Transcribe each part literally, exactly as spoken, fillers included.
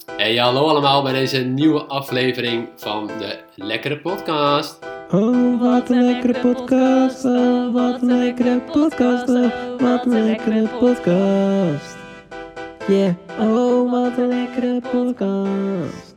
Hey, hallo allemaal bij deze nieuwe aflevering van de Lekkere Podcast. Oh, wat een lekkere podcast. Oh, wat een lekkere podcast. Oh, wat een lekkere podcast. Yeah, oh, wat een lekkere podcast.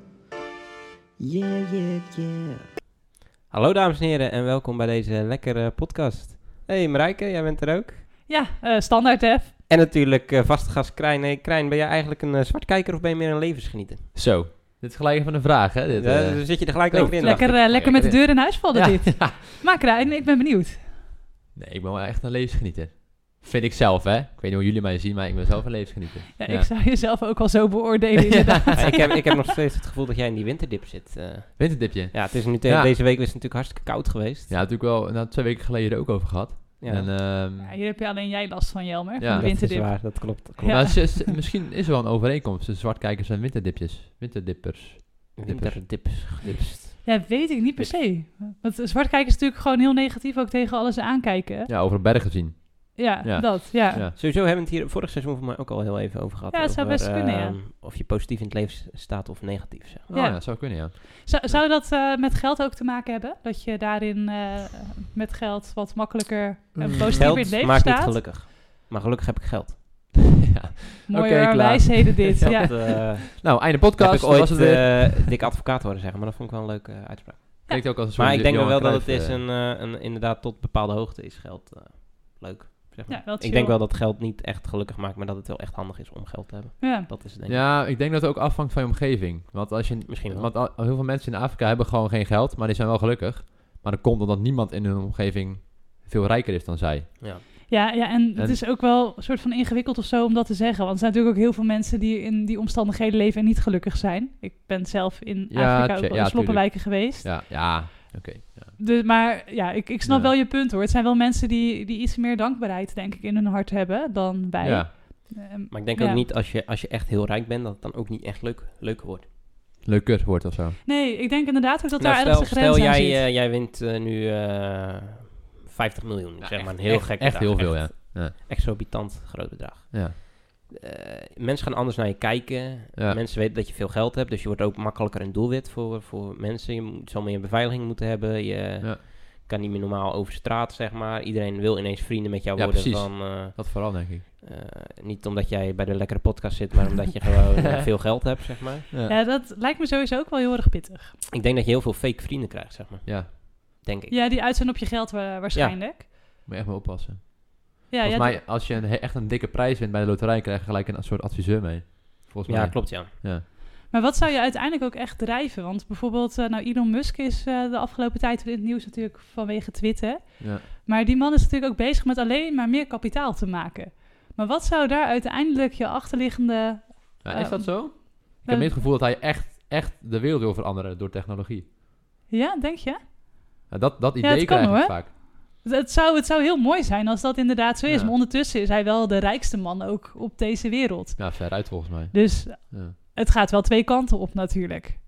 Yeah, yeah, yeah. Hallo dames en heren en welkom bij deze lekkere podcast. Hey Marijke, jij bent er ook. Ja, uh, standaard Def. En natuurlijk uh, vaste gast Krijn. Hey Krijn, ben jij eigenlijk een uh, zwartkijker of ben je meer een levensgenieter? Zo, dit is gelijk even een vraag, hè? Dit, Ja, uh... dan zit je er gelijk oh, even in. Lekker, uh, lekker met de deur in huis vallen ja, dit. Ja. Maar Krijn, ik ben benieuwd. Nee, ik ben wel echt een levensgenieter. Vind ik zelf, hè? Ik weet niet hoe jullie mij zien, maar ik ben zelf een levensgenieter. Ja, Ja. Ik zou jezelf ook al zo beoordelen inderdaad. Ja, ik, heb, ik heb nog steeds het gevoel dat jij in die winterdip zit. Uh, Winterdipje? ja, het is nu te- Ja. deze week is het natuurlijk hartstikke koud geweest. Ja, natuurlijk wel nou, twee weken geleden er ook over gehad. Ja. En, um, Ja, hier heb je alleen jij last van, Jelmer, Ja, van de dat is winterdip. waar, dat klopt. Dat klopt. Ja. nou, s- s- misschien is er wel een overeenkomst tussen zwartkijkers en winterdipjes. Winterdippers. Winterdips. Dips. Ja, weet ik niet per se. Want zwartkijken is natuurlijk gewoon heel negatief ook tegen alles aankijken. Ja, over bergen zien. Ja, Ja. dat, ja. Ja. Sowieso hebben we het hier vorig seizoen voor mij ook al heel even over gehad. Ja, het zou over, best kunnen, ja. ehm, Of je positief in het leven staat of negatief, zeg maar. Oh, Ja. ja, dat zou kunnen, ja. Zou, zou dat uh, met geld ook te maken hebben? Dat je daarin uh, met geld wat makkelijker en Mm. positiever in het Geld leven maakt staat? niet gelukkig. Maar gelukkig heb ik geld. ja. Mooie Oké, klaar. wijsheden dit, Dat, ja. eh, Nou, einde heb podcast. ik Dat ooit was het weer. uh, dik advocaat horen zeggen, maar dat vond ik wel een leuke uh, uitspraak. Klinkt ook als een soort Maar ik denk Johan wel dat het Cruijff, is eh. een, uh, een, inderdaad tot bepaalde hoogte is geld uh, leuk. Zeg maar. Ja, wel ik chill. denk wel dat geld niet echt gelukkig maakt, maar dat het wel echt handig is om geld te hebben. Ja. Dat is het denk ik. Ja, ik denk dat het ook afhangt van je omgeving. Want, als je, Misschien wel. want al, heel veel mensen in Afrika hebben gewoon geen geld, maar die zijn wel gelukkig. Maar dat komt omdat niemand in hun omgeving veel rijker is dan zij. Ja. Ja, ja, en het En- is ook wel een soort van ingewikkeld of zo om dat te zeggen. Want er zijn natuurlijk ook heel veel mensen die in die omstandigheden leven en niet gelukkig zijn. Ik ben zelf in Ja, Afrika ook tje- wel ja, in sloppenwijken geweest. Ja, ja, oké. ja. Dus, maar ja, ik, ik snap Ja. wel je punt hoor. Het zijn wel mensen die, die iets meer dankbaarheid denk ik in hun hart hebben dan wij. Ja, Ehm, Maar ik denk ja. ook niet als je, als je echt heel rijk bent, dat het dan ook niet echt leuk, leuker wordt. leuker wordt of zo. Nee, ik denk inderdaad ook dat Nou, daar stel, ergens de grens stel aan jij, zit. uh, jij wint uh, nu uh, vijftig miljoen, Ja, zeg maar. echt- Een heel echt- gek Echt bedrag. heel veel, Echt ja. ja. Exorbitant groot bedrag. ja. Uh, mensen gaan anders naar je kijken. Ja. Mensen weten dat je veel geld hebt, dus je wordt ook makkelijker een doelwit voor, voor mensen. Je moet, zal meer beveiliging moeten hebben. Je Ja. kan niet meer normaal over straat, zeg maar. Iedereen wil ineens vrienden met jou Ja, worden. precies. Van, uh, Dat vooral, denk ik. uh, niet omdat jij bij de lekkere podcast zit, maar omdat je gewoon uh, veel geld hebt, zeg maar. Ja. Ja, dat lijkt me sowieso ook wel heel erg pittig. Ik denk dat je heel veel fake vrienden krijgt, zeg maar. ja. Denk ik. Ja, die uit zijn op je geld wa- waarschijnlijk. Moet je echt mee oppassen. Ja, Volgens ja, mij, als je een, he- echt een dikke prijs wint bij de loterij, krijg je gelijk een soort adviseur mee. Volgens Ja, mij. klopt, ja. Ja. Maar wat zou je uiteindelijk ook echt drijven? Want bijvoorbeeld, uh, nou, Elon Musk is uh, de afgelopen tijd weer in het nieuws natuurlijk vanwege Twitter. Ja. Maar die man is natuurlijk ook bezig met alleen maar meer kapitaal te maken. Maar wat zou daar uiteindelijk je achterliggende... Ja, is Uh, dat zo? Ik uh, heb meer het gevoel dat hij echt, echt de wereld wil veranderen door technologie. Ja, denk je? Ja, dat, dat Ja, idee het kan, krijg ik hoor. vaak. Het zou, het zou heel mooi zijn als dat inderdaad zo is. Ja. Maar ondertussen is hij wel de rijkste man ook op deze wereld. Ja, veruit volgens mij. Dus Ja, het gaat wel twee kanten op natuurlijk.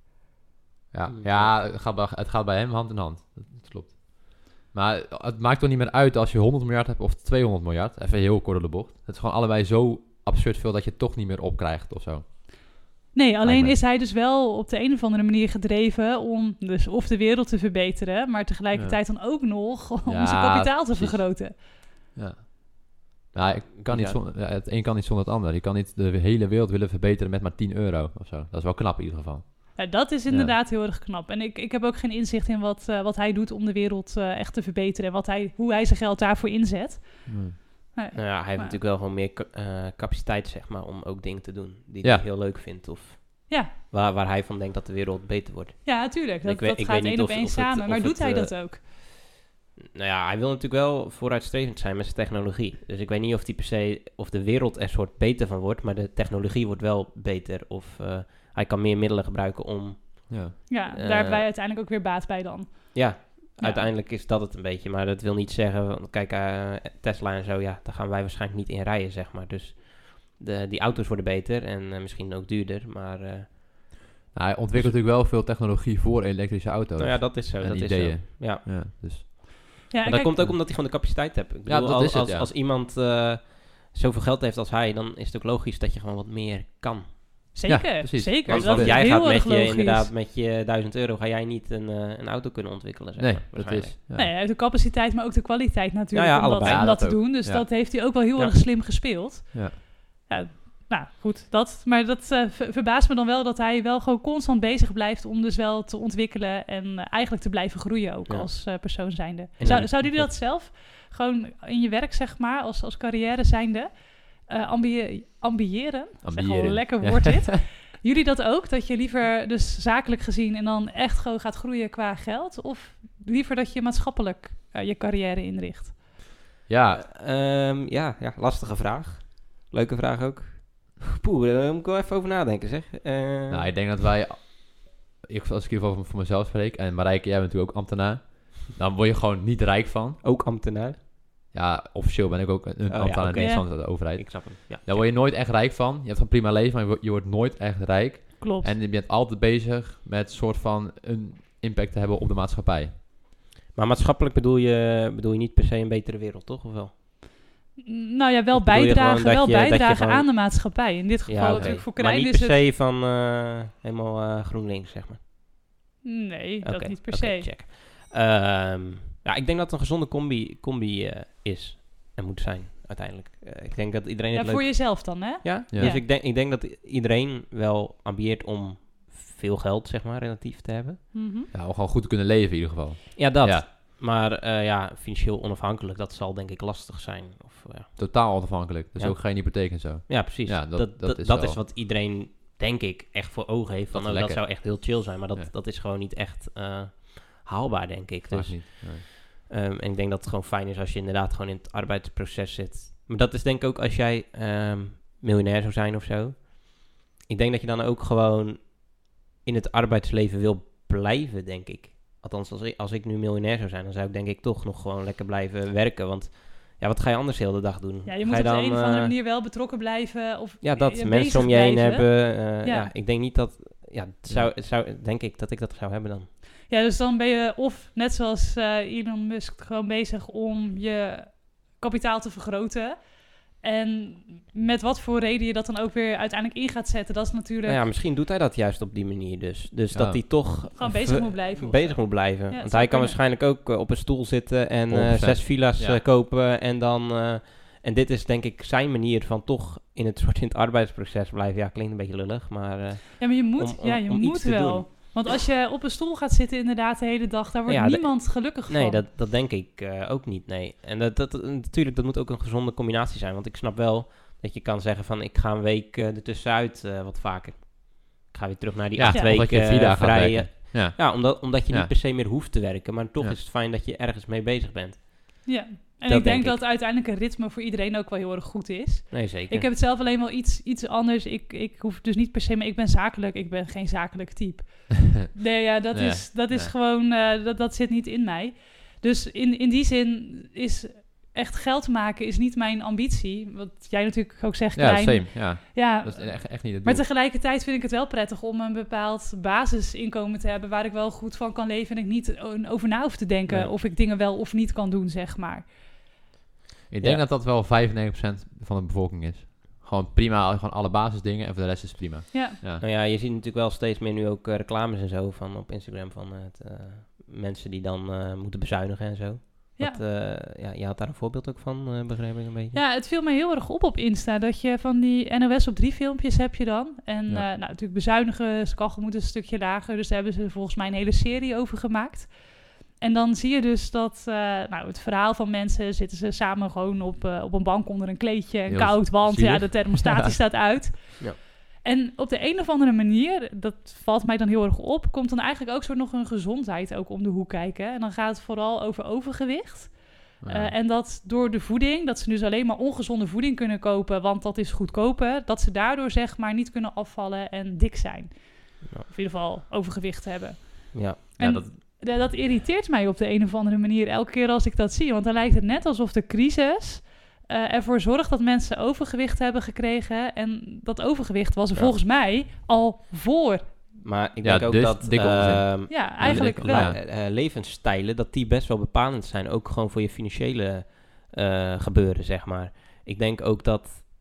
ja, ja het, gaat bij, het gaat bij hem hand in hand. Dat, dat klopt. Maar het maakt toch niet meer uit als je honderd miljard hebt of tweehonderd miljard. Even heel kort door de bocht. Het is gewoon allebei zo absurd veel dat je het toch niet meer opkrijgt of zo. Nee, alleen Lijkt me. is hij dus wel op de een of andere manier gedreven om dus of de wereld te verbeteren, maar tegelijkertijd dan ook nog om Ja, zijn kapitaal te precies. vergroten. Ja. Nou, ik kan niet Ja. zonder, ja, het een kan niet zonder het ander. Je kan niet de hele wereld willen verbeteren met maar tien euro of zo. Dat is wel knap in ieder geval. Ja, dat is inderdaad heel erg knap. En ik, ik heb ook geen inzicht in wat, uh, wat hij doet om de wereld uh, echt te verbeteren en wat hij, hoe hij zijn geld daarvoor inzet. Hmm. Nee. Nou ja, hij heeft Maar- natuurlijk wel gewoon meer ca- uh, capaciteit, zeg maar, om ook dingen te doen die Ja. hij heel leuk vindt. Of Ja, waar, waar hij van denkt dat de wereld beter wordt. ja, natuurlijk. Dat, Ik weet- dat ik gaat weet niet één op of- één of het- samen. of Maar het, doet hij uh, dat ook? Nou ja, hij wil natuurlijk wel vooruitstrevend zijn met zijn technologie. Dus ik weet niet of die per se, of de wereld er soort beter van wordt, maar de technologie wordt wel beter. Of uh, hij kan meer middelen gebruiken om, Ja. Ja, uh, daar hebben wij uiteindelijk ook weer baat bij dan. ja, Ja. uiteindelijk is dat het een beetje. Maar dat wil niet zeggen, want kijk, uh, Tesla en zo, ja, daar gaan wij waarschijnlijk niet in rijden, zeg maar. Dus de, die auto's worden beter en uh, misschien ook duurder, maar... Uh, Nou, hij ontwikkelt natuurlijk wel veel technologie voor elektrische auto's. nou ja, dat is zo. En dat ideeën. Is zo. Ja. Ja, dus. Ja, Maar en dat kijk, komt ook omdat hij gewoon de capaciteit hebt. Ik bedoel, dat als, is het, als, ja. als iemand uh, zoveel geld heeft als hij, dan is het ook logisch dat je gewoon wat meer kan. Zeker, precies. zeker. Want- dat Want is jij heel gaat erg met je, logisch. inderdaad, met je duizend euro ga jij niet een, uh, een auto kunnen ontwikkelen. Zeg Nee, maar, dat waarschijnlijk. is... Ja. Nee, uit de capaciteit, maar ook de kwaliteit natuurlijk Ja, ja, om, dat, allebei. om Ja, dat dat te ook. doen. Dus Ja. dat heeft hij ook wel heel Ja. erg slim gespeeld. Ja. Ja, nou, goed. Dat, maar dat uh, ver- verbaast me dan wel dat hij wel gewoon constant bezig blijft om dus wel te ontwikkelen en uh, eigenlijk te blijven groeien ook Ja. als uh, persoon zijnde. En Zou, dan- zouden jullie dat zelf gewoon in je werk, zeg maar, als, als carrière zijnde, uh, ambie- ambiëren? Zeg Ambiëren. al, lekker Ja. woord dit. Jullie dat ook? Dat je liever dus zakelijk gezien en dan echt gewoon gaat groeien qua geld? Of liever dat je maatschappelijk uh, je carrière inricht? Ja, Ehm, ja, ja, lastige vraag. Leuke vraag ook. Poeh, daar moet ik wel even over nadenken, zeg. Eh, nou, ik denk dat wij... Ik, als ik in ieder geval voor mezelf spreek... En Marijke, jij bent natuurlijk ook ambtenaar. Dan word je gewoon niet rijk van. Ook ambtenaar. Ja, officieel ben ik ook een ja, ambtenaar oké. in Nederland, de overheid. Ik snap hem. Ja. Daar word je nooit echt rijk van. Je hebt een prima leven, maar je wordt, je wordt nooit echt rijk. Klopt. En je bent altijd bezig met een soort van een impact te hebben op de maatschappij. Maar maatschappelijk bedoel je, bedoel je niet per se een betere wereld, toch? Of wel? Nou ja, wel Of bedoel je bijdragen, gewoon dat wel je- dat je bijdragen gewoon- aan de maatschappij. In dit geval oké. natuurlijk voor Maar Krijn niet is per het... se van eh, helemaal eh, GroenLinks, zeg maar. Nee, dat Oké, niet per oké, se. check. Ehm, ja, ik denk dat het een gezonde combi, combi eh, is en moet zijn, uiteindelijk. Eh, ik denk dat iedereen Ja, het voor leuk... jezelf dan, hè? Ja? Ja. Dus ik denk, ik denk dat i- iedereen wel ambieert om veel geld, zeg maar, relatief te hebben. Mhm. Ja, om gewoon goed te kunnen leven in ieder geval. Ja, dat. Ja. Maar eh, ja, financieel onafhankelijk, dat zal denk ik lastig zijn. Of, ja. Totaal onafhankelijk. Dus Ja. ook geen hypotheek en zo. ja, precies. Ja, dat- dat, dat dat, is dat wel- is wat iedereen, denk ik, echt voor ogen heeft. Van, Dat is oh, dat lekker. zou echt heel chill zijn, maar dat, Ja. dat is gewoon niet echt eh, haalbaar, denk ik. Vaak Dus, niet. Nee. ehm, en ik denk dat het gewoon fijn is als je inderdaad gewoon in het arbeidsproces zit. Maar dat is denk ik ook als jij ehm, miljonair zou zijn of zo. Ik denk dat je dan ook gewoon in het arbeidsleven wil blijven, denk ik. Althans, als ik, als ik nu miljonair zou zijn, dan zou ik denk ik toch nog gewoon lekker blijven werken. Want ja, wat ga je anders heel de dag doen? Ja, je Ga moet op de dan, een of andere eh, manier wel betrokken blijven. Of Ja, eh, dat bezig mensen om je heen blijven. hebben. eh, ja. Ja. ik denk niet dat... Ja, het zou, het zou, denk ik dat ik dat zou hebben dan. Ja, dus dan ben je of net zoals eh, Elon Musk gewoon bezig om je kapitaal te vergroten. En met wat voor reden je dat dan ook weer uiteindelijk in gaat zetten, dat is natuurlijk... Nou ja, misschien doet hij dat juist op die manier dus. Dus Ja. dat hij toch... Gewoon bezig v- moet blijven of Bezig zo. moet blijven. Ja, dat Want zou hij kan kunnen. waarschijnlijk ook eh, op een stoel zitten en eh, honderd procent. zes villa's Ja. eh, kopen. En dan... eh, en dit is denk ik zijn manier van toch in het soort in het arbeidsproces blijven. Ja, klinkt een beetje lullig, maar... eh, Ja, maar je moet, om- om- ja, je om iets moet te wel. doen. Want als je op een stoel gaat zitten inderdaad de hele dag, daar wordt Ja, de- niemand gelukkig van. Nee, dat, dat denk ik eh, ook niet, nee. En dat, dat, natuurlijk, dat moet ook een gezonde combinatie zijn. Want ik snap wel dat je kan zeggen van... ik ga een week uh, ertussenuit uh, wat vaker. Ik ga weer terug naar die Ja, acht of weken dat je vier dagen gaat vrij. werken. Ja. Ja, omdat, omdat je Ja. niet per se meer hoeft te werken. Maar toch Ja. is het fijn dat je ergens mee bezig bent. Ja, en Dat ik denk denk dat uiteindelijk een ritme voor iedereen ook wel heel erg goed is. Nee, zeker. Ik heb het zelf alleen wel iets, iets anders. Ik, ik hoef dus niet per se, maar ik ben zakelijk. Ik ben geen zakelijk type. Nee, ja, dat Nee, is, dat is nee. gewoon, uh, dat, dat zit niet in mij. Dus in, in die zin is echt geld maken is niet mijn ambitie. Wat jij natuurlijk ook zegt, Ja, Klein. same. Ja, Ja, dat is echt, echt niet het maar doel. tegelijkertijd vind ik het wel prettig om een bepaald basisinkomen te hebben waar ik wel goed van kan leven en ik niet o- over na hoef te denken Nee. of ik dingen wel of niet kan doen, zeg maar. Ik denk Ja. dat dat wel vijfennegentig procent van de bevolking is. Gewoon prima, gewoon alle basisdingen en voor de rest is het prima. Ja, Ja. Nou ja, je ziet natuurlijk wel steeds meer nu ook eh, reclames en zo van op Instagram van het, eh, mensen die dan eh, moeten bezuinigen en zo. Ja. Dat, eh, ja, je had daar een voorbeeld ook van, eh, begreep ik een beetje. ja, het viel me heel erg op op Insta dat je van die N O S op drie filmpjes heb je dan. En Ja. eh, nou, natuurlijk bezuinigen, kachel moet een stukje lager, dus daar hebben ze volgens mij een hele serie over gemaakt. En dan zie je dus dat, uh, nou, het verhaal van mensen zitten ze samen gewoon op, uh, op een bank onder een kleedje en Heel koud, want zielig. ja, de thermostaat die Ja. staat uit. Ja. En op de een of andere manier, dat valt mij dan heel erg op, komt dan eigenlijk ook zo nog een gezondheid ook om de hoek kijken. En dan gaat het vooral over overgewicht. Ja. Uh, en dat door de voeding, dat ze dus alleen maar ongezonde voeding kunnen kopen, want dat is goedkoper, dat ze daardoor zeg maar niet kunnen afvallen en dik zijn. Ja. Of in ieder geval overgewicht hebben. Ja. ja, en- dat, Ja, dat irriteert mij op de een of andere manier elke keer als ik dat zie. Want dan lijkt het net alsof de crisis uh, ervoor zorgt dat mensen overgewicht hebben gekregen. En dat overgewicht was er Ja. volgens mij al voor. Maar ik Ja, denk ook dus dat dikke onzin. ehm, Ja, eigenlijk Ja, wel. ja. eh, eh, levensstijlen, dat die best wel bepalend zijn. Ook gewoon voor je financiële eh, gebeuren, zeg maar. Ik denk ook dat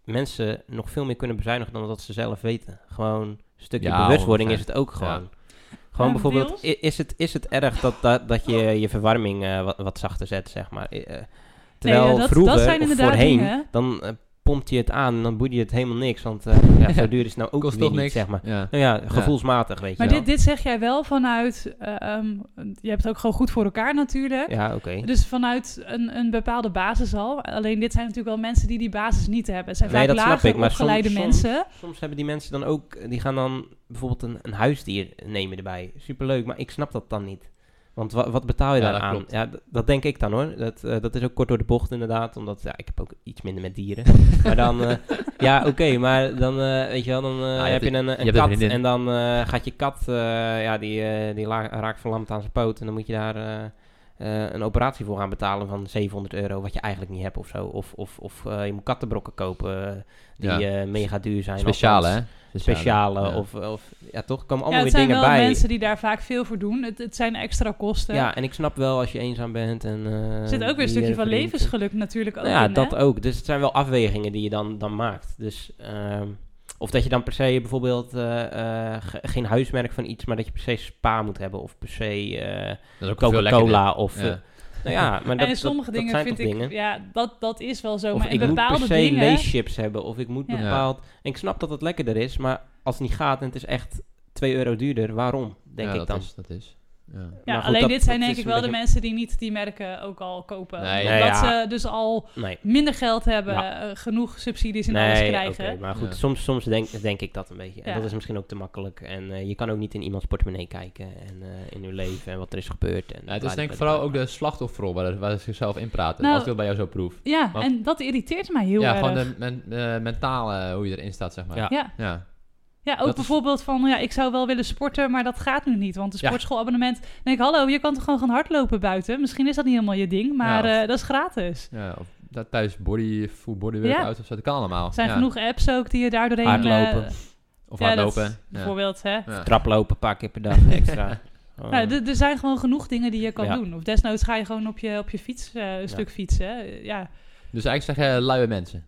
mensen nog veel meer kunnen bezuinigen dan dat ze zelf weten. Gewoon een stukje Ja, bewustwording is honderd het ook gewoon. Gewoon Ja, bijvoorbeeld, deels. i- is het, is het erg dat, dat, dat je je verwarming eh, wat, wat zachter zet, zeg maar. Eh, terwijl Nee, ja, dat- vroeger dat zijn of inderdaad voorheen, dingen. dan uh, pompt je het aan en dan boeit je het helemaal niks. Want eh, ja, zo duur is het nou ook Kost weer toch niet, niks. zeg maar. Ja. Nou ja, gevoelsmatig, weet Maar je wel. dit, dit zeg jij wel vanuit... eh, ehm, je hebt het ook gewoon goed voor elkaar natuurlijk. Ja, oké. Dus vanuit een, een bepaalde basis al. Alleen dit zijn natuurlijk wel mensen die die basis niet hebben. Het zijn Nee, vaak dat snap lager ik, maar opgeleide soms- mensen. Soms hebben die mensen dan ook, die gaan dan bijvoorbeeld een, een huisdier nemen erbij. Superleuk, maar ik snap dat dan niet. Want wa- wat betaal je Ja, daar dat aan? klopt. Ja, d- dat denk ik dan hoor. Dat, eh, dat is ook kort door de bocht inderdaad. Omdat, ja, ik heb ook iets minder met dieren. maar dan, eh, ja oké, maar dan, eh, weet je wel, dan eh, je heb hebt je een, een- een je hebt een kat. vriendin. En dan eh, gaat je kat, eh, ja, die, eh, die la- raakt verlamd aan zijn poot. En dan moet je daar eh, eh, een operatie voor gaan betalen van zevenhonderd euro. Wat je eigenlijk niet hebt of zo. Of, of, of eh, je moet kattenbrokken kopen eh, die Ja. eh, mega duur zijn. Speciale, althans. hè? Speciale, Ja. of, of ja toch, komen Ja, allemaal het weer zijn dingen wel bij. mensen die daar vaak veel voor doen. Het, het zijn extra kosten. Ja, en ik snap wel als je eenzaam bent en... eh, er zit ook weer een die, stukje eh, van verdient. levensgeluk natuurlijk ook Nou ja, in. dat hè? ook. Dus het zijn wel afwegingen die je dan, dan maakt. Dus, ehm, of dat je dan per se bijvoorbeeld eh, eh, ge- geen huismerk van iets, maar dat je per se Spa moet hebben. Of per se eh, Dat is ook veel Coca-Cola. lekkerder. Of, Ja. eh, nou ja, maar dat, en sommige dat, dingen dat zijn vind toch ik... dingen. Ja, dat, dat is wel zo. Of maar ik in moet per bepaalde se dingen... leeschips hebben. Of ik moet Ja. bepaald... En ik snap dat het lekkerder is, maar als het niet gaat en het is echt twee euro duurder, waarom? Denk Ja, ik dat dan. Is, dat is. Ja. Ja, Maar goed, alleen dat- dit zijn dat denk is ik een wel de beetje- mensen die niet die merken ook al kopen. Nee, Omdat ja. ze dus al Nee. minder geld hebben, Ja. eh, genoeg subsidies en Nee, alles oké, krijgen. maar goed, Ja. soms, soms denk, denk ik dat een beetje. En Ja. dat is misschien ook te makkelijk. En eh, je kan ook niet in iemands portemonnee kijken. En eh, in hun leven en wat er is gebeurd. En Ja, het is denk ik bladibladibla. vooral ook de slachtofferrol waar, ze- waar ze zichzelf in praten. Nou, Als ik dat bij jou zo proef. Ja, Want- en dat irriteert mij heel ja, erg. gewoon de men- eh, mentale, hoe je erin staat, zeg maar. Ja. Ja. Ja. Ja, ook Dat is- bijvoorbeeld van, ja, ik zou wel willen sporten, maar dat gaat nu niet. Want een Ja. sportschoolabonnement... Dan denk ik, hallo, je kan toch gewoon gaan hardlopen buiten? Misschien is dat niet helemaal je ding, maar Ja, of- eh, dat is gratis. Ja, of dat thuis body, full body workout of zo, dat kan allemaal. Er zijn ja. genoeg apps ook die je daar doorheen... Hardlopen. eh, Of ja, dat hardlopen. is Ja. bijvoorbeeld, hè. Ja. Traplopen een paar keer per dag extra. Oh. Nou, d- er zijn gewoon genoeg dingen die je kan Ja. doen. Of desnoods ga je gewoon op je, op je fiets eh, een stuk fietsen. Eh, Ja. Dus eigenlijk zeg je luie mensen.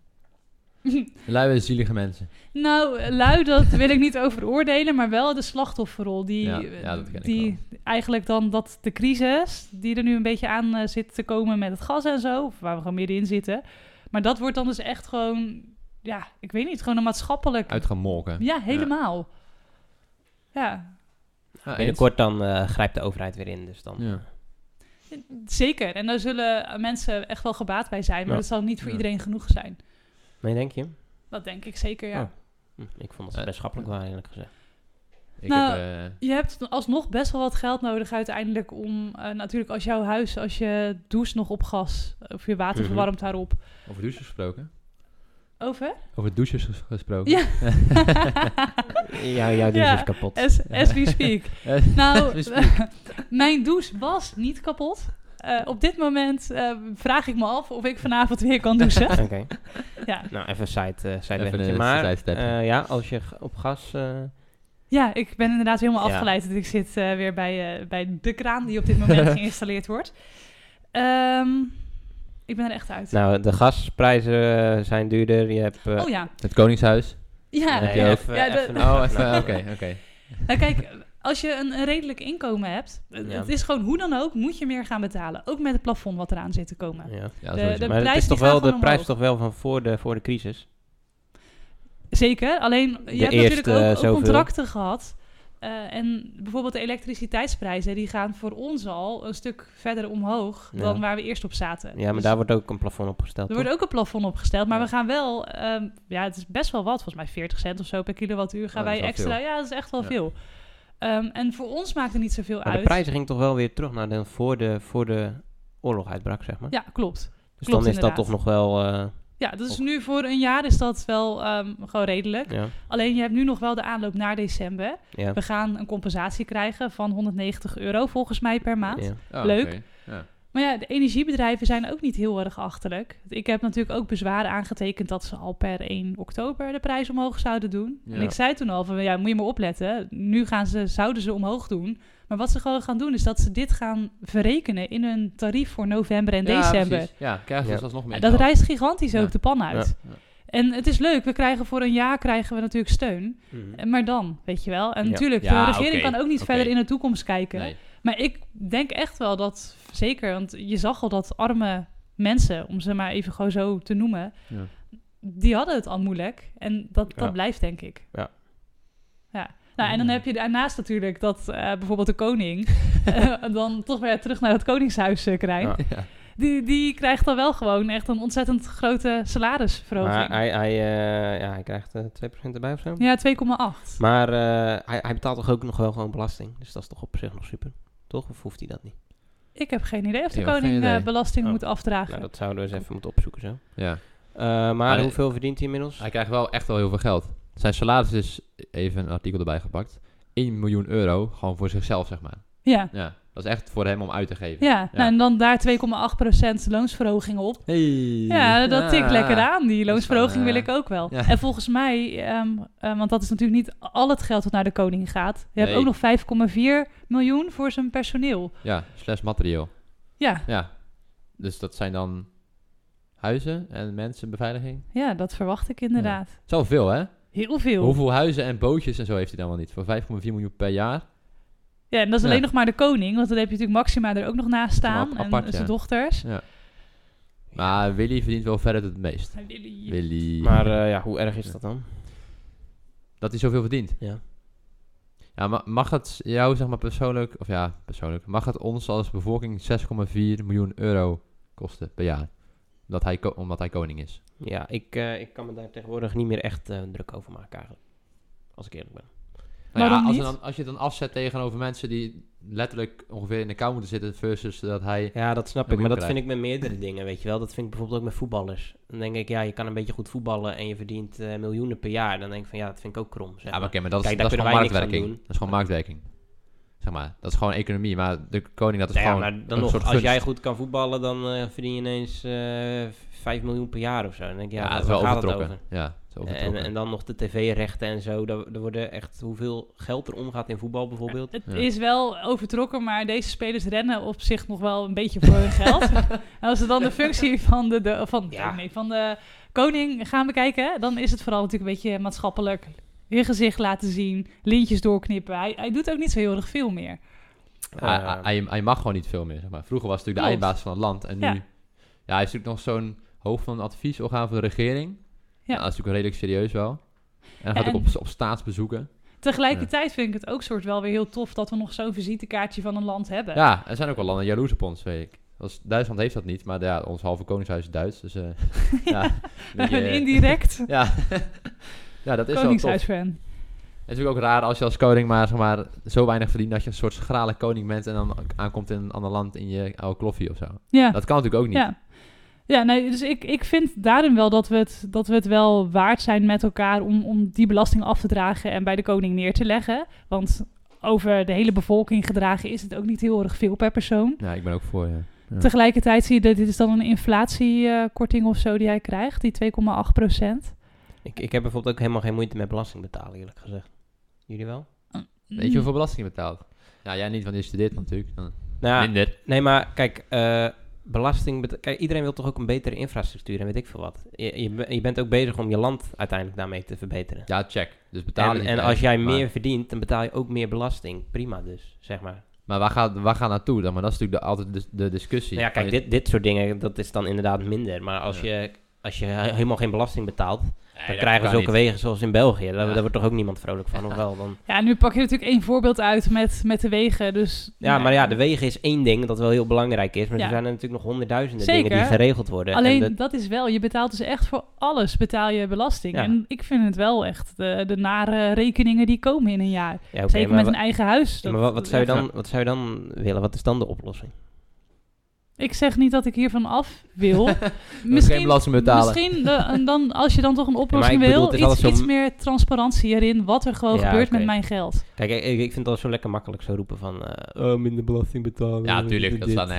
Luie, zielige mensen. Nou, lui, dat wil ik niet over oordelen, maar wel de slachtofferrol. Die, Ja, ja, dat ken ik die eigenlijk dan dat de crisis die er nu een beetje aan eh, zit te komen met het gas en zo, of waar we gewoon middenin zitten. Maar dat wordt dan dus echt gewoon, ja, ik weet niet, gewoon een maatschappelijk... Uitgemolken. Ja, helemaal. Ja. Ja, eens. Binnenkort dan eh, grijpt de overheid weer in. Dus dan... Ja. Zeker. En daar zullen mensen echt wel gebaat bij zijn, maar Ja. dat zal niet voor Ja. iedereen genoeg zijn. Nee, denk je? Dat denk ik zeker, ja. Oh. Hm, ik vond dat ze Eh, best schappelijk waren, eerlijk gezegd. Ik Nou, heb, eh, Je hebt alsnog best wel wat geld nodig uiteindelijk om... eh, natuurlijk als jouw huis, als je doucht nog op gas... of je water Mhm. verwarmt daarop. over douches gesproken. Over? Over douches ges- gesproken. Ja. Ja, jouw douche Ja, is kapot. As, as we speak. Eh, Nou, as we mijn douche was niet kapot. Eh, op dit moment eh, vraag ik me af of ik vanavond weer kan douchen. Oké. Ja. Nou, even een side, uh, side Even weggetje. een Maar sidestepje. eh, ja, als je g- op gas... eh, Ja, ik ben inderdaad helemaal Ja. afgeleid. Ik zit eh, weer bij, eh, bij de kraan die op dit moment geïnstalleerd wordt. Ehm, ik ben er echt uit. nou, de gasprijzen eh, zijn duurder. Je hebt... eh, oh ja. Het Koningshuis. Ja, nee, je ook? even, Ja, de- even Oh, nog- even, nou, oké, oké. Nou, kijk, als je een, een redelijk inkomen hebt, het- Ja. het is gewoon hoe dan ook, moet je meer gaan betalen. Ook met het plafond wat eraan zit te komen. Ja. Ja, De- sowieso. de- Maar het prijzen is toch die gaan wel de gewoon prijs omhoog. toch wel van voor de, voor de crisis? Zeker, alleen je De hebt eerste, natuurlijk ook, ook zoveel. contracten gehad. Eh, en bijvoorbeeld de elektriciteitsprijzen, die gaan voor ons al een stuk verder omhoog Ja. dan waar we eerst op zaten. Ja, maar Dus daar wordt ook een plafond opgesteld. er wordt ook een plafond opgesteld, maar Ja. we gaan wel, ehm, ja, het is best wel wat, volgens mij veertig cent of zo per kilowattuur gaan Oh, dat is wij wel extra. veel. Ja, dat is echt wel Ja. veel. Ehm, en voor ons maakt het niet zoveel Maar uit. de prijzen gingen toch wel weer terug naar de, voor, de, voor de oorlog uitbrak, zeg maar. Ja, klopt. dus klopt dan is inderdaad. dat toch nog wel... eh, Ja, dus Of- nu voor een jaar is dat wel ehm, gewoon redelijk. ja, Alleen je hebt nu nog wel de aanloop naar december. ja, We gaan een compensatie krijgen van honderdnegentig euro volgens mij per maand. ja. Oh, leuk. oké. Ja. Maar ja, de energiebedrijven zijn ook niet heel erg achterlijk. Ik heb natuurlijk ook bezwaren aangetekend dat ze al per één oktober de prijs omhoog zouden doen. Ja. En ik zei toen al van, ja, moet je maar opletten. Nu gaan ze, zouden ze omhoog doen. Maar wat ze gewoon gaan doen is dat ze dit gaan verrekenen in hun tarief voor november en Ja, december. precies. Ja, krijgen ze Ja. dus alsnog meer En dat geld. rijst gigantisch Ja. ook de pan uit. Ja. En het is leuk, we krijgen voor een jaar krijgen we natuurlijk steun. Mhm. En Maar dan, weet je wel. En Ja. natuurlijk, Ja, de regering oké, kan ook niet oké. verder in de toekomst kijken. Nee. Maar ik denk echt wel dat, zeker, want je zag al dat arme mensen, om ze maar even gewoon zo te noemen, Ja. die hadden het al moeilijk. En dat, dat Ja. blijft, denk ik. Ja. Ja. Nou, en dan heb je daarnaast natuurlijk dat uh, bijvoorbeeld de koning uh, dan toch weer terug naar het koningshuis uh, krijgt. Ja. Ja. Die, die krijgt dan wel gewoon echt een ontzettend grote salarisverhoging. Maar hij, hij, uh, ja, hij krijgt uh, twee procent erbij of zo. Ja, twee komma acht. Maar uh, hij, hij betaalt toch ook nog wel gewoon belasting. Dus dat is toch op zich nog super. Toch? Of hoeft hij dat niet? Ik heb geen idee of de Ik heb geen koning idee. uh, belasting Oh. moet afdragen. Nou, dat zouden we eens even moeten opzoeken zo. Ja. Uh, maar Maar hoeveel verdient hij inmiddels? Hij krijgt wel echt wel heel veel geld. Zijn salaris is, even een artikel erbij gepakt, één miljoen euro gewoon voor zichzelf, zeg maar. Ja, Ja, dat is echt voor hem om uit te geven. ja. Nou, en dan daar twee komma acht procent loonsverhoging op. Hey. Ja, dat tikt lekker aan. Die loonsverhoging wel, wil uh, ik ook wel. ja. En volgens mij, um, uh, want dat is natuurlijk niet al het geld dat naar de koning gaat. Je hebt Nee. ook nog vijf komma vier miljoen voor zijn personeel. Ja, slash materieel. Ja, Ja. Dus dat zijn dan huizen en mensen, beveiliging. ja, dat verwacht ik inderdaad. Zoveel, hè? Heel veel. Hoeveel huizen en bootjes en zo heeft hij dan wel niet? Voor vijf komma vier miljoen per jaar? Ja, en dat is Ja. alleen nog maar de koning. Want dan heb je natuurlijk Maxima er ook nog naast staan. Ap- apart, en zijn ja. dochters. Ja. Maar Willy verdient wel verder het meest. Hij Willy. Willy. Maar uh, ja, hoe erg is dat dan? Dat hij zoveel verdient. Ja. Ja, ma- mag het jou, zeg maar, persoonlijk... Of ja, persoonlijk. Mag het ons als bevolking zes komma vier miljoen euro kosten per jaar? Dat hij ko- omdat hij koning is. Ja, ik, uh, ik kan me daar tegenwoordig niet meer echt uh, druk over maken eigenlijk. Als ik eerlijk ben. Nou ja, Waarom als, niet? je dan, als je het dan afzet tegenover mensen die letterlijk ongeveer in de kou moeten zitten... versus dat hij... Ja, dat snap Dan ik. Maar moet dat je vind ik met meerdere dingen, weet je wel. Dat vind ik bijvoorbeeld ook met voetballers. Dan denk ik, ja, je kan een beetje goed voetballen en je verdient uh, miljoenen per jaar. Dan denk ik van, ja, dat vind ik ook krom. Zeg Ja, maar. maar oké, maar dat is, Kijk, dat daar is kunnen gewoon wij niks aan marktwerking. doen. Dat is gewoon marktwerking. Zeg maar, dat is gewoon economie. Maar de koning, dat is Nou ja, gewoon maar dan een nog, soort als gunst. jij goed kan voetballen, dan uh, verdien je ineens uh, vijf miljoen per jaar of zo. Dan denk ik, ja, Ja, waar dat is wel gaat het overtrokken. over? Ja, het is En, overtrokken. en dan nog de tv-rechten en zo. Daar- Er worden echt hoeveel geld er omgaat in voetbal bijvoorbeeld. Het Ja. is wel overtrokken, maar deze spelers rennen op zich nog wel een beetje voor hun geld. En als we dan de functie van de, de, van, Ja. nee, van de koning gaan bekijken, dan is het vooral natuurlijk een beetje maatschappelijk. Je gezicht laten zien, lintjes doorknippen. Hij, hij doet ook niet zo heel erg veel meer. Hij, Uh, hij, hij mag gewoon niet veel meer. Zeg maar. Vroeger was het natuurlijk de Klopt. eindbaas van het land. En nu... Ja. Ja, hij is natuurlijk nog zo'n hoofd van een adviesorgaan voor de regering. Ja. Ja. Dat is natuurlijk redelijk serieus wel. En hij gaat En- ook op, op staatsbezoeken. Tegelijkertijd vind ik het ook soort wel weer heel tof dat we nog zo'n visitekaartje van een land hebben. Ja, er zijn ook wel landen jaloers op ons, weet ik. Dat is- Duitsland heeft dat niet, maar ja, ons halve koningshuis is Duits. Dus uh, ja, een beetje, Een indirect ja. ja, dat is wel tof. koningshuisfan. Het is natuurlijk ook raar als je als koning maar, zeg maar zo weinig verdient dat je een soort schrale koning bent en dan aankomt in een ander land in je oude kloffie of zo. Ja. Dat kan natuurlijk ook niet. Ja, ja nee, dus ik, ik vind daarin wel dat we, het, dat we het wel waard zijn met elkaar om, om die belasting af te dragen en bij de koning neer te leggen. Want over de hele bevolking gedragen is het ook niet heel erg veel per persoon. Ja, ik ben ook voor, ja. Ja. Tegelijkertijd zie je dat dit is dan een inflatiekorting of zo die hij krijgt, die twee komma acht procent. ik, ik heb bijvoorbeeld ook helemaal geen moeite met belasting betalen, eerlijk gezegd. Jullie wel? Weet je hoeveel belasting je betaalt? Ja, jij niet, want je studeert natuurlijk. Dan Nou, ja, minder. nee, maar kijk, uh, belasting... Bet- kijk, iedereen wil toch ook een betere infrastructuur en weet ik veel wat. Je, je, be- je bent ook bezig om je land uiteindelijk daarmee te verbeteren. Ja, check. Dus betalen En, niet en bij, als jij maar, meer verdient, dan betaal je ook meer belasting. Prima dus, zeg maar. Maar waar gaat, waar gaat naartoe dan? Maar dat is natuurlijk de, altijd de, de discussie. Nou ja, kijk, Van- dit, dit soort dingen, dat is dan inderdaad minder. Maar als, Ja. je, als je he- helemaal geen belasting betaalt, Nee, dan dat krijgen kan zulke niet. wegen zoals in België. Daar, Ja. daar wordt toch ook niemand vrolijk van, of wel? Dan... Ja, nu pak je natuurlijk één voorbeeld uit met, met de wegen. Dus, Ja, maar ja, de wegen is één ding dat wel heel belangrijk is. Maar Ja. er zijn er natuurlijk nog honderdduizenden Zeker. dingen die geregeld worden. alleen En dat... is wel, je betaalt dus echt voor alles betaal je belasting. Ja. En ik vind het wel echt de, de nare rekeningen die komen in een jaar. ja, oké, Zeker maar met wa- een eigen huis. ja, Dat- maar wat, wat, zou je ja. dan, wat zou je dan willen? Wat is dan de oplossing? Ik zeg niet dat ik hiervan af wil. geen belasting betalen. Misschien de, en dan, als je dan toch een oplossing ik bedoel, wil, het is iets, alles zo- iets meer transparantie erin wat er gewoon Ja, gebeurt oké. met mijn geld. Kijk, ik, ik vind het al zo lekker makkelijk zo roepen van... eh, oh, minder belasting betalen. Ja, tuurlijk. Dat dit, staat nergens eh. op.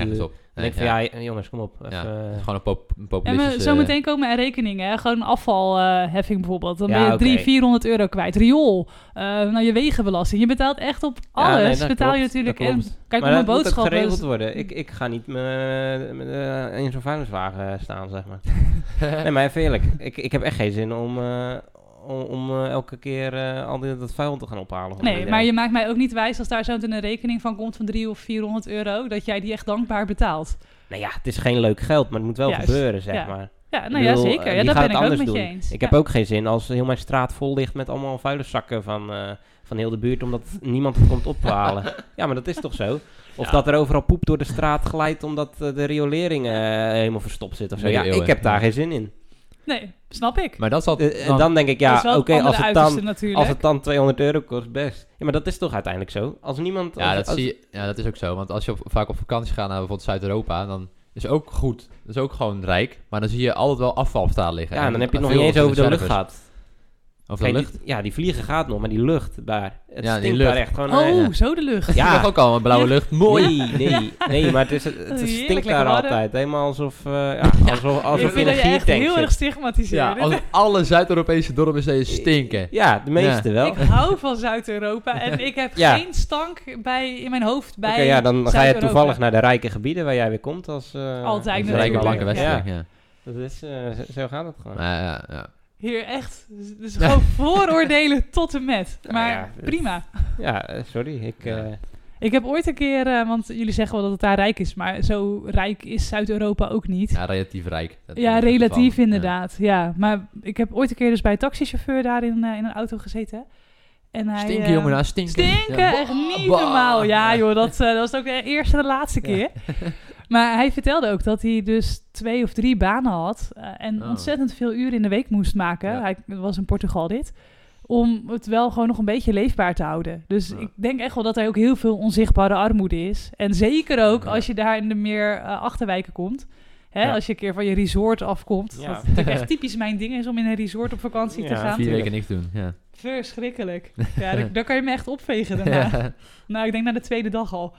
Dan denk ik van, ja, jongens, kom op. Even, Ja, eh, het is gewoon een, pop, een En populistische... we, zometeen komen er rekeningen, hè? Gewoon afvalheffing bijvoorbeeld. Dan Ja, ben je oké. driehonderd, vierhonderd euro kwijt. Riool, uh, nou je wegenbelasting. Je betaalt echt op Ja, alles. nee, dat betaal je klopt, natuurlijk. dat En klopt. kijk, maar op mijn dat moet ook boodschappen. geregeld worden. Ik, ik ga niet me, me, eh, in zo'n vuilniswagen staan, zeg maar. Nee, maar even eerlijk. Ik, ik heb echt geen zin om, uh, om, om uh, elke keer uh, al die, dat vuil te gaan ophalen. van Nee, iedereen. maar je maakt mij ook niet wijs als daar zo meteen een rekening van komt van driehonderd of vierhonderd euro, dat jij die echt dankbaar betaalt. Nou ja, het is geen leuk geld, maar het moet wel Juist, gebeuren, zeg ja. maar. Ja, nou Ik ja, bedoel, zeker. uh, Ja, wie dat gaat ben ik het ook anders met je doen? eens. Ik ja. heb ook geen zin als heel mijn straat vol ligt met allemaal vuilniszakken van, uh, van heel de buurt, omdat niemand het komt ophalen. Ja, maar dat is toch zo? Of Ja. dat er overal poep door de straat glijdt omdat uh, de riolering uh, helemaal verstopt zit of zo. Nee, Ja, eeuwen. ik heb daar geen zin in. Nee, snap ik. Maar dat zal... Uh, en dan denk ik, ja, Dat is wel oké, het als, andere het uiterste dan, natuurlijk. als het dan tweehonderd euro kost, best. Ja, maar dat is toch uiteindelijk zo? Als niemand... Ja, als- dat als- zie je, ja, dat is ook zo. Want als je op, vaak op vakantie gaat naar bijvoorbeeld Zuid-Europa, dan is ook goed. Dat is ook gewoon rijk. Maar dan zie je altijd wel afval op straat liggen. Ja, en dan heb je het nog veel niet eens over de lucht servers. gehad. Over de Kijk, lucht? die- ja, die vliegen gaat nog, maar die lucht daar. Het Ja, die stinkt lucht. daar echt gewoon... Oh, eh, ja. zo de lucht. Ja. Ik dacht ook al, een blauwe Ja. lucht. Mooi. Nee, nee, nee, maar het, is, het, het Heerlijk stinkt lekker daar warm. altijd. Helemaal alsof, uh, ja, alsof, Ik alsof je vind in dat een je echt giertank heel erg zit. stigmatiseert. Ja, als alle Zuid-Europese dorpen steeds stinken. Ja, de meeste wel. Ik hou van Zuid-Europa en ik heb Ja. geen stank bij, in mijn hoofd bij Oké, ja, dan ga je Zuid-Europa. toevallig naar de rijke gebieden waar jij weer komt als... uh, Altijd als natuurlijk. Rijke Nederlander. blanke westerling, Ja, ja. dat is, uh, zo, zo gaat het gewoon. Ja, ja, ja. Hier echt, dus gewoon vooroordelen tot en met. Nou Maar ja, het- prima. Ja, eh, sorry, ik... Ja. uh, Ik heb ooit een keer, uh, want jullie zeggen wel dat het daar rijk is, maar zo rijk is Zuid-Europa ook niet. Ja, relatief rijk. Dat Ja, is het relatief geval. inderdaad. Ja. Maar ik heb ooit een keer dus bij een taxichauffeur daar in, uh, in een auto gezeten. En Ja. hij, Stinken, uh, jongen, nou, stinken. Stinken, Ja. echt niet Bah. normaal. Ja joh, dat, uh, dat was ook de eerste en de laatste keer. Maar hij vertelde ook dat hij dus twee of drie banen had. Uh, en Oh. ontzettend veel uren in de week moest maken. Ja. Hij het was in Portugal dit. Om het wel gewoon nog een beetje leefbaar te houden. Dus Ja. ik denk echt wel dat er ook heel veel onzichtbare armoede is. En zeker ook Ja. als je daar in de meer uh, achterwijken komt. Hè, Ja. Als je een keer van je resort afkomt. Ja. Wat natuurlijk echt typisch mijn ding is om in een resort op vakantie te Ja, gaan. Vier tuurlijk. weken niks doen, ja. Verschrikkelijk. Ja, dan, dan kan je me echt opvegen daarna. Ja. Nou, ik denk na de tweede dag al.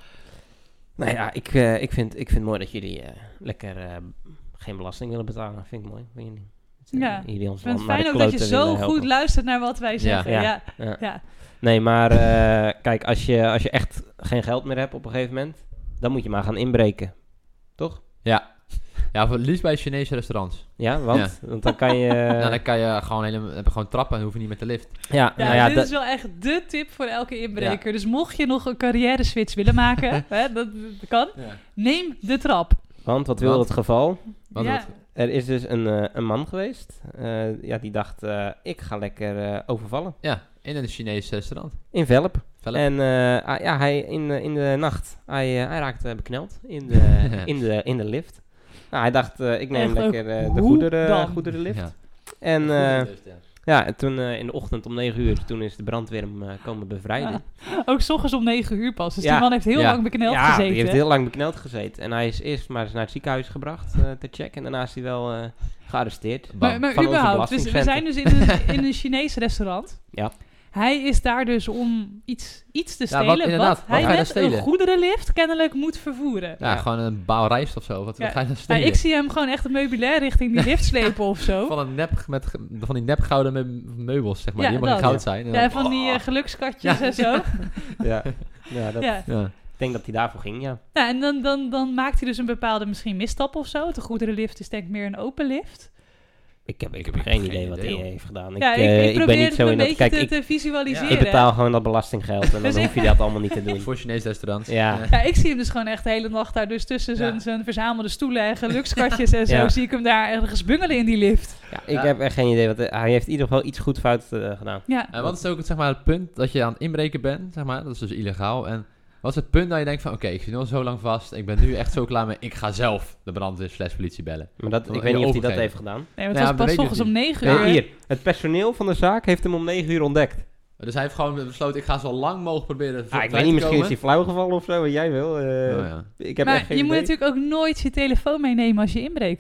Nou ja, ik, uh, ik, vind, ik vind het mooi dat jullie uh, lekker uh, geen belasting willen betalen. Vind ik mooi. Vind je niet? Dat, uh, Ja. jullie ons Ik vind het naar de fijn ook dat je kloten zo willen goed helpen. luistert naar wat wij zeggen. Ja. Ja. Ja. Ja. Ja. Nee, maar uh, kijk, als je, als je echt geen geld meer hebt op een gegeven moment, dan moet je maar gaan inbreken. Toch? Ja. Ja, voor het liefst bij Chinese restaurants. Ja, want, want dan kan je... Nou, dan kan je gewoon, helemaal, heb je gewoon trappen en hoef je niet met de lift. ja, Ja, nou ja, dit dat- is wel echt de tip voor elke inbreker. Dus mocht je nog een carrière switch willen maken, hè, dat, dat kan, Ja. neem de trap. want wat wil Want? het geval? Wat ja. het- Er is dus een, uh, een man geweest, uh, ja, die dacht, uh, ik ga lekker uh, overvallen. Ja, in een Chinees restaurant. In Velp. Velp. En uh, ah, ja, hij in, de- in de nacht, hij, uh, hij raakte bekneld in de, in de, in de lift. Nou, hij dacht, uh, ik neem Echt ook, lekker uh, de hoe goederen, dan? goederenlift. Ja. En uh, ja. ja, en toen uh, in de ochtend om negen uur, toen is de brandweer hem uh, komen bevrijden. Ja. Ook 's ochtends om negen uur pas. Dus Ja. die man heeft heel Ja. lang bekneld ja, gezeten. die heeft heel lang bekneld gezeten. En hij is eerst maar eens naar het ziekenhuis gebracht uh, te checken. En daarna is hij wel uh, gearresteerd. Bam. Maar, maar Van onze überhaupt, dus we belastingcenten. zijn dus in een, in een Chinees restaurant. Ja. Hij is daar dus om iets, iets te Ja, stelen. wat- wat, inderdaad, wat hij ga je net dan stelen? een goederenlift kennelijk moet vervoeren. Ja, Ja. gewoon een baal rijst of zo. Wat, Ja. wat ga je dan Ja, stelen? ik zie hem gewoon echt het meubilair richting die lift slepen of zo. Van, een nep, met, ge- van die nepgouden me- meubels, zeg maar. Ja, die helemaal geen dat. goud zijn. En Ja, dan- van die eh, gelukskatjes Ja. en zo. Ja, ja, dat, Ja. Ja. ik denk dat hij daarvoor ging, ja. Nou, en dan, dan, dan maakt hij dus een bepaalde misschien misstap of zo. De goederenlift is denk ik meer een open lift. Ik heb, ik Ik heb heb geen geen idee wat idee, hij hoor. heeft gedaan. Ja, ik, ik, eh, ik ik probeer ben niet het zo een in dat... beetje Kijk, te, ik, te visualiseren. ik betaal gewoon dat belastinggeld. En dan Dus ik- hoef je dat allemaal niet te doen. Voor Chinese restaurants. Ja. Ja, ik zie hem dus gewoon echt de hele nacht daar dus tussen zijn, Ja. zijn verzamelde stoelen en gelukskatjes en zo. Ja. Zie ik hem daar ergens bungelen in die lift. Ja, ik Ja. heb echt geen idee. Wat, hij heeft in ieder geval iets goed fout uh, gedaan. Ja, En wat is ook zeg maar, het punt dat je aan het inbreken bent, zeg maar, dat is dus illegaal. En wat is het punt dat je denkt van, oké, ik zit nu al zo lang vast, ik ben nu echt zo klaar mee, ik ga zelf de brandweer slash politie bellen. Maar dat, Wil ik je weet niet of hij dat overgeven? heeft gedaan. nee, want Ja, het dat was pas weet ochtends ik om niet. negen Nee, uur. hier. Het personeel van de zaak heeft hem om negen uur ontdekt. Dus hij heeft gewoon besloten, ik ga zo lang mogelijk proberen Ah, ik vrij weet niet, te misschien is komen. hij flauw gevallen of zo, wat jij wil. Uh, Oh, ja. Ik heb echt Maar geen je moet idee. natuurlijk ook nooit je telefoon meenemen als je inbreekt.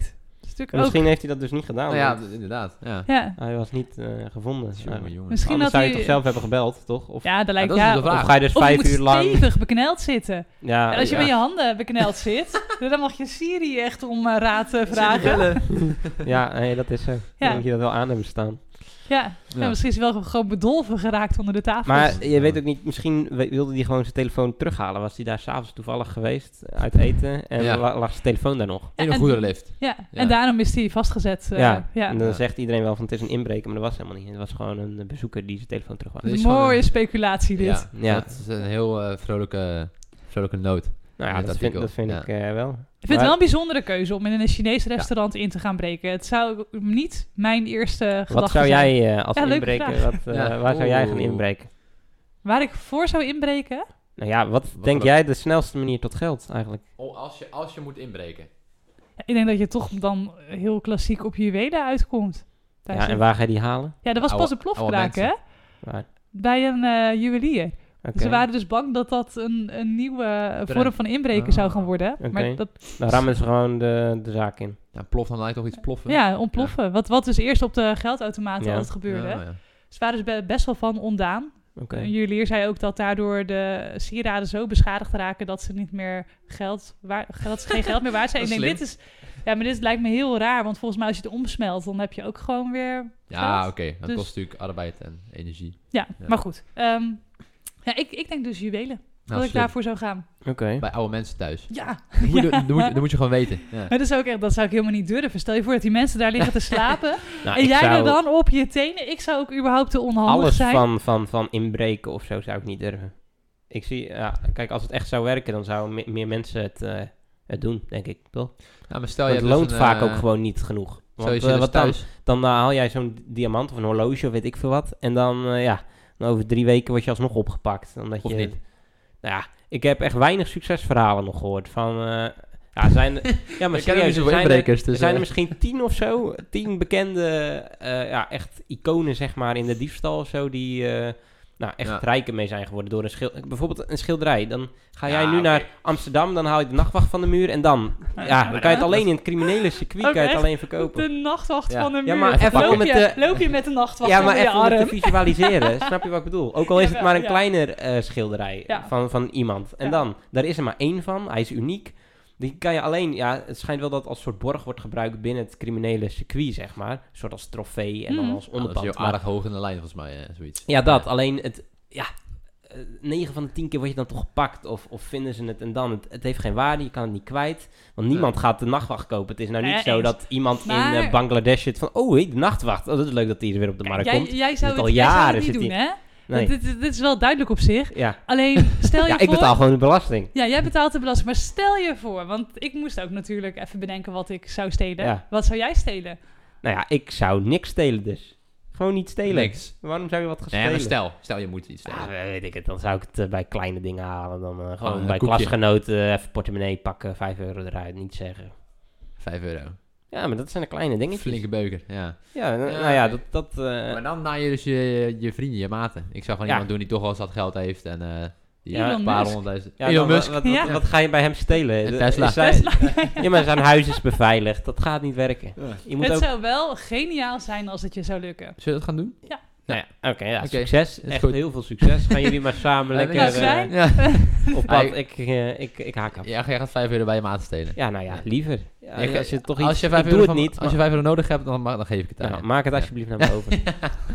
Dat is natuurlijk Misschien ook... heeft hij dat dus niet gedaan. Nou ja, want d- inderdaad. Ja. Ja, hij was niet uh, gevonden. Jongen, Ja. jongen. misschien Anders dat zou je hij... toch zelf hebben gebeld, toch? Of, Ja, dat Ja, lijkt dat is ja, de vraag. of ga je dus Of je vijf moet uur lang... stevig bekneld zitten. Ja, En als je ja. met je handen bekneld zit, dan mag je Siri echt om uh, raad uh, vragen. Ja, nee, dat is zo. Ja. Dan moet je dat wel aan hebben staan. Ja, Ja. ja, misschien is hij wel gewoon bedolven geraakt onder de tafel. Maar je weet ook niet, misschien we- wilde hij gewoon zijn telefoon terughalen. Was hij daar s'avonds toevallig geweest, uit eten, en Ja. la- lag zijn telefoon daar nog. In een En- goederenlift. Ja, Ja. en daarom is hij vastgezet. Uh, ja. ja. en dan Ja. zegt iedereen wel van het is een inbreker, maar dat was helemaal niet. Het was gewoon een bezoeker die zijn telefoon terug wou. Dit Een is gewoon mooie een- speculatie dit. Ja, Ja. dat is een heel uh, vrolijke, vrolijke noot. Nou ja, Dit dat vind, artikel. dat vind Ja. ik eh, wel. Ik vind het Maar- wel een bijzondere keuze om in een Chinees restaurant in te gaan breken. Het zou niet mijn eerste gedachte Wat zou zijn. jij eh, als Ja, leuke inbreker, wat, eh, Ja. waar zou jij gaan Oeh. inbreken? Waar ik voor zou inbreken? Nou ja, wat, Wat denk dan? jij de snelste manier tot geld eigenlijk? Oh, als, je, als je moet inbreken. Ja, ik denk dat je toch dan heel klassiek op juwelen uitkomt. Daar Ja, zit- en waar ga je die halen? ja, dat was Oude- pas een oude plofkraak, hè? mensen. Waar? Bij een eh, juwelier. Oké. Ze waren dus bang dat dat een, een nieuwe eh, Trend. vorm van inbreken Ah, zou gaan worden. oké. Maar dat, Dan rammen ze gewoon de, de zaak in. Ja, plof dan lijkt toch iets ploffen? ja, ontploffen. Wat, wat dus eerst op de geldautomaten Ja. altijd gebeurde. Ja, ja. Ze waren dus be- best wel van ontdaan. Oké. Een juwelier zei ook dat daardoor de sieraden zo beschadigd raken dat ze niet meer geld, waar, dat ze geen geld meer waard zijn. Ik Dat denk, is dit is, ja, maar dit lijkt me heel raar, want volgens mij als je het omsmelt, dan heb je ook gewoon weer Ja, geld. oké. Dat Dus- kost natuurlijk arbeid en energie. Ja, Ja. maar goed. Ehm, ja, ik, ik denk dus juwelen. Nou, dat ik slim. daarvoor zou gaan. Oké. Bij oude mensen thuis. Ja, Dat moet, je, Ja. dat moet, je, dat moet je gewoon weten. Ja. maar dat, is ook echt, dat zou ik helemaal niet durven. Stel je voor dat die mensen daar liggen te slapen Nou, en ik jij zou er dan op je tenen. Ik zou ook überhaupt te onhandig alles zijn. van, van, van inbreken of zo zou ik niet durven. Ik zie, ja, kijk, als het echt zou werken, dan zouden me- meer mensen het, eh, het doen, denk ik, toch? Nou, maar stel Want je het hebt loont dus een, vaak eh, ook gewoon niet genoeg. Stel je Want, zit eh, dus wat dan? thuis. Dan eh, haal jij zo'n diamant of een horloge of weet ik veel wat. En dan, eh, ja, dan over drie weken word je alsnog opgepakt. Omdat Of je, niet? Nou ja, ik heb echt weinig succesverhalen nog gehoord. Van, eh, ja, zijn, ja, maar Ik ken ook serieus, niet zoveel er zijn, er, inbrekers, dus, er zijn er eh. misschien tien of zo. Tien bekende, eh, ja, echt iconen, zeg maar, in de diefstal of zo. Die, eh, nou, echt Ja. rijker mee zijn geworden door een schil. Bijvoorbeeld een schilderij. Dan ga jij Ja, nu oké. naar Amsterdam, dan haal je de nachtwacht van de muur. En dan, ja, dan kan je het alleen in het criminele circuit Ook kan je het echt? alleen verkopen. De nachtwacht Ja. van een Ja, muur. maar even loop, om het, je, eh, loop je met de nachtwacht Ja, maar onder je even om het arm. te visualiseren. Snap je wat ik bedoel? Ook al is het Ja, maar een ja. kleiner eh, schilderij Ja. van, van iemand. En Ja. dan, daar is er maar één van. Hij is uniek. Die kan je alleen, ja, het schijnt wel dat als soort borg wordt gebruikt binnen het criminele circuit, zeg maar. Een soort als trofee en dan Mhm. als Nou, dat is onderpand. heel Maar- aardig hoog in de lijn, volgens mij. eh, zoiets. ja, dat. Alleen het, ja, eh, negen van de tien keer word je dan toch gepakt of, of vinden ze het en dan. Het, het heeft geen waarde, je kan het niet kwijt. Want niemand gaat de nachtwacht kopen. Het is nou niet Ja, zo eens. dat iemand Maar- in eh, Bangladesh zit van, oh, hé, de nachtwacht. Oh, dat is leuk dat die er weer op de markt jij, komt. jij zou Zit het, al jij zou jaren het niet zit doen, hij- hè? Nee. Dit, dit, dit is wel duidelijk op zich. Ja. Alleen, stel je Ja, voor... ik betaal gewoon de belasting. Ja, jij betaalt de belasting. Maar stel je voor, want ik moest ook natuurlijk even bedenken wat ik zou stelen. Ja. Wat zou jij stelen? Nou ja, ik zou niks stelen dus. Gewoon niet stelen. Niks. Waarom zou je wat gaan Nee, stelen? maar stel. Stel, je moet iets stelen. Ja, weet ik het. Dan zou ik het eh, bij kleine dingen halen. Dan eh, gewoon een bij koekje. klasgenoten even portemonnee pakken. Vijf euro eruit. Niet zeggen. Vijf euro. Ja, maar dat zijn de kleine dingetjes. Flinke beuker, ja. Ja, n- Ja, nou ja, nee. dat... dat eh, Maar dan na je dus je, je vrienden, je maten. Ik zou gewoon Ja. iemand doen die toch wel eens wat geld heeft en... eh die Ja, een Elon paar Musk. honderdduizend... ja, Elon dan, Musk. Wat, wat, Ja. wat, wat ga je bij hem stelen? En De- Tesla. is zijn- Tesla. Ja, maar zijn huis is beveiligd. Dat gaat niet werken. Je moet Het ook... zou wel geniaal zijn als het je zou lukken. Zullen we dat gaan doen? Nou ja, oké, ja, Oké, succes. is Echt goed. heel veel succes. Gaan jullie maar samen lekker Ja, eh, zijn. Ja. op Ja, pad. ik- Ik, eh, ik, ik haak af. Ja, jij gaat vijf euro bij je maat stelen. Ja, nou ja, liever. Ja, Ik- als je toch iets... als je vijf ik euro doe het van- niet. Als je vijf euro nodig hebt, dan, mag- dan geef ik het aan Nou, je. maak het Ja. alsjeblieft naar me over.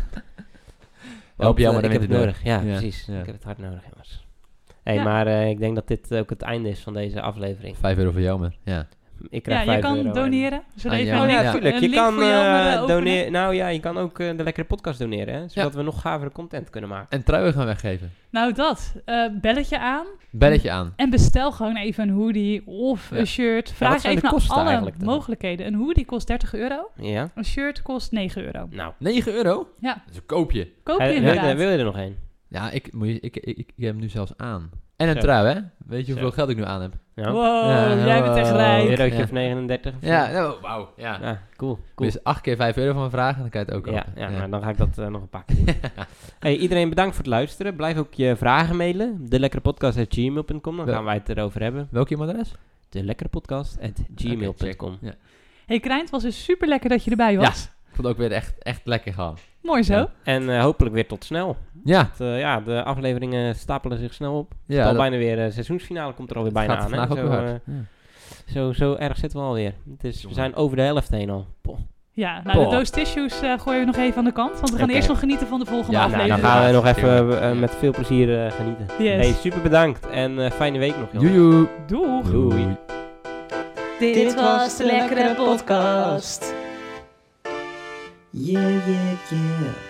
Help jou maar ik de heb het winter door. nodig. Ja, Ja, precies. ja. Ik heb het hard nodig, jongens. Hey, Ja. maar eh, ik denk dat dit ook het einde is van deze aflevering. Vijf euro voor jou, maar ja. Ik krijg Ja, je vijf kan euro en- doneren. Zullen Ah, we ja. even Oh een ja, link, tuurlijk. een Je link kan voor jou eh, eh, openen? doneren. Nou ja, je kan ook eh, de lekkere podcast doneren, hè? Zodat we nog gavere content kunnen maken. En truien gaan weggeven. Nou, dat. Eh, belletje aan. Belletje aan. En bestel gewoon even een hoodie of Ja. een shirt. wat Vraag zijn de even naar kosten alle eigenlijk dan? mogelijkheden. Een hoodie kost dertig euro. Ja? Een shirt kost negen euro. Nou, negen euro? Ja, Dat is een koopje. koop je Ga- wil, inderdaad. je, wil je er nog een? Ja, ik, moet je, ik, ik, ik, ik heb hem nu zelfs aan. En een Zo. trui, hè? Weet je hoeveel Zo. geld ik nu aan heb? Ja. Wow, Ja, jij bent echt wow. rijk. Een eurotje Ja. of negenendertig? of zo? Ja, nou, wauw. Ja. Ja, cool. Moet cool. je eens acht keer vijf euro van me vragen, dan kan je het ook Ja, kopen. ja, maar dan ga ik dat eh, nog een paar keer doen. Hey, iedereen bedankt voor het luisteren. Blijf ook je vragen mailen. de lekkere podcast at gmail punt com. Dan Ja. gaan wij het erover hebben. Welk e-mailadres? de lekkere podcast at gmail punt com. Ja. Hey Krijn, het was dus super lekker dat je erbij was. Ik vond het ook weer echt, echt lekker gaan. Mooi zo. Ja. En uh, hopelijk weer tot snel. Ja. Want, uh, ja, de afleveringen stapelen zich snel op. Het Ja, is al dat bijna weer, uh, seizoensfinale komt er alweer bijna gaat aan. vandaag Hè? ook Zo, weer uh, hard. Ja. zo, zo erg zitten we alweer. Het is, we zijn over de helft heen al. Poh. Ja, nou Poh. de doos tissues uh, gooien we nog even aan de kant. Want we gaan Oké. eerst nog genieten van de volgende Ja, Nou, aflevering. dan gaan we nog even Tuurlijk. uh, met veel plezier uh, genieten. Yes. Hey, super bedankt en uh, fijne week nog, jongens. Joejoe. Doeg! Doei. Dit was de lekkere podcast. Yeah, yeah, yeah.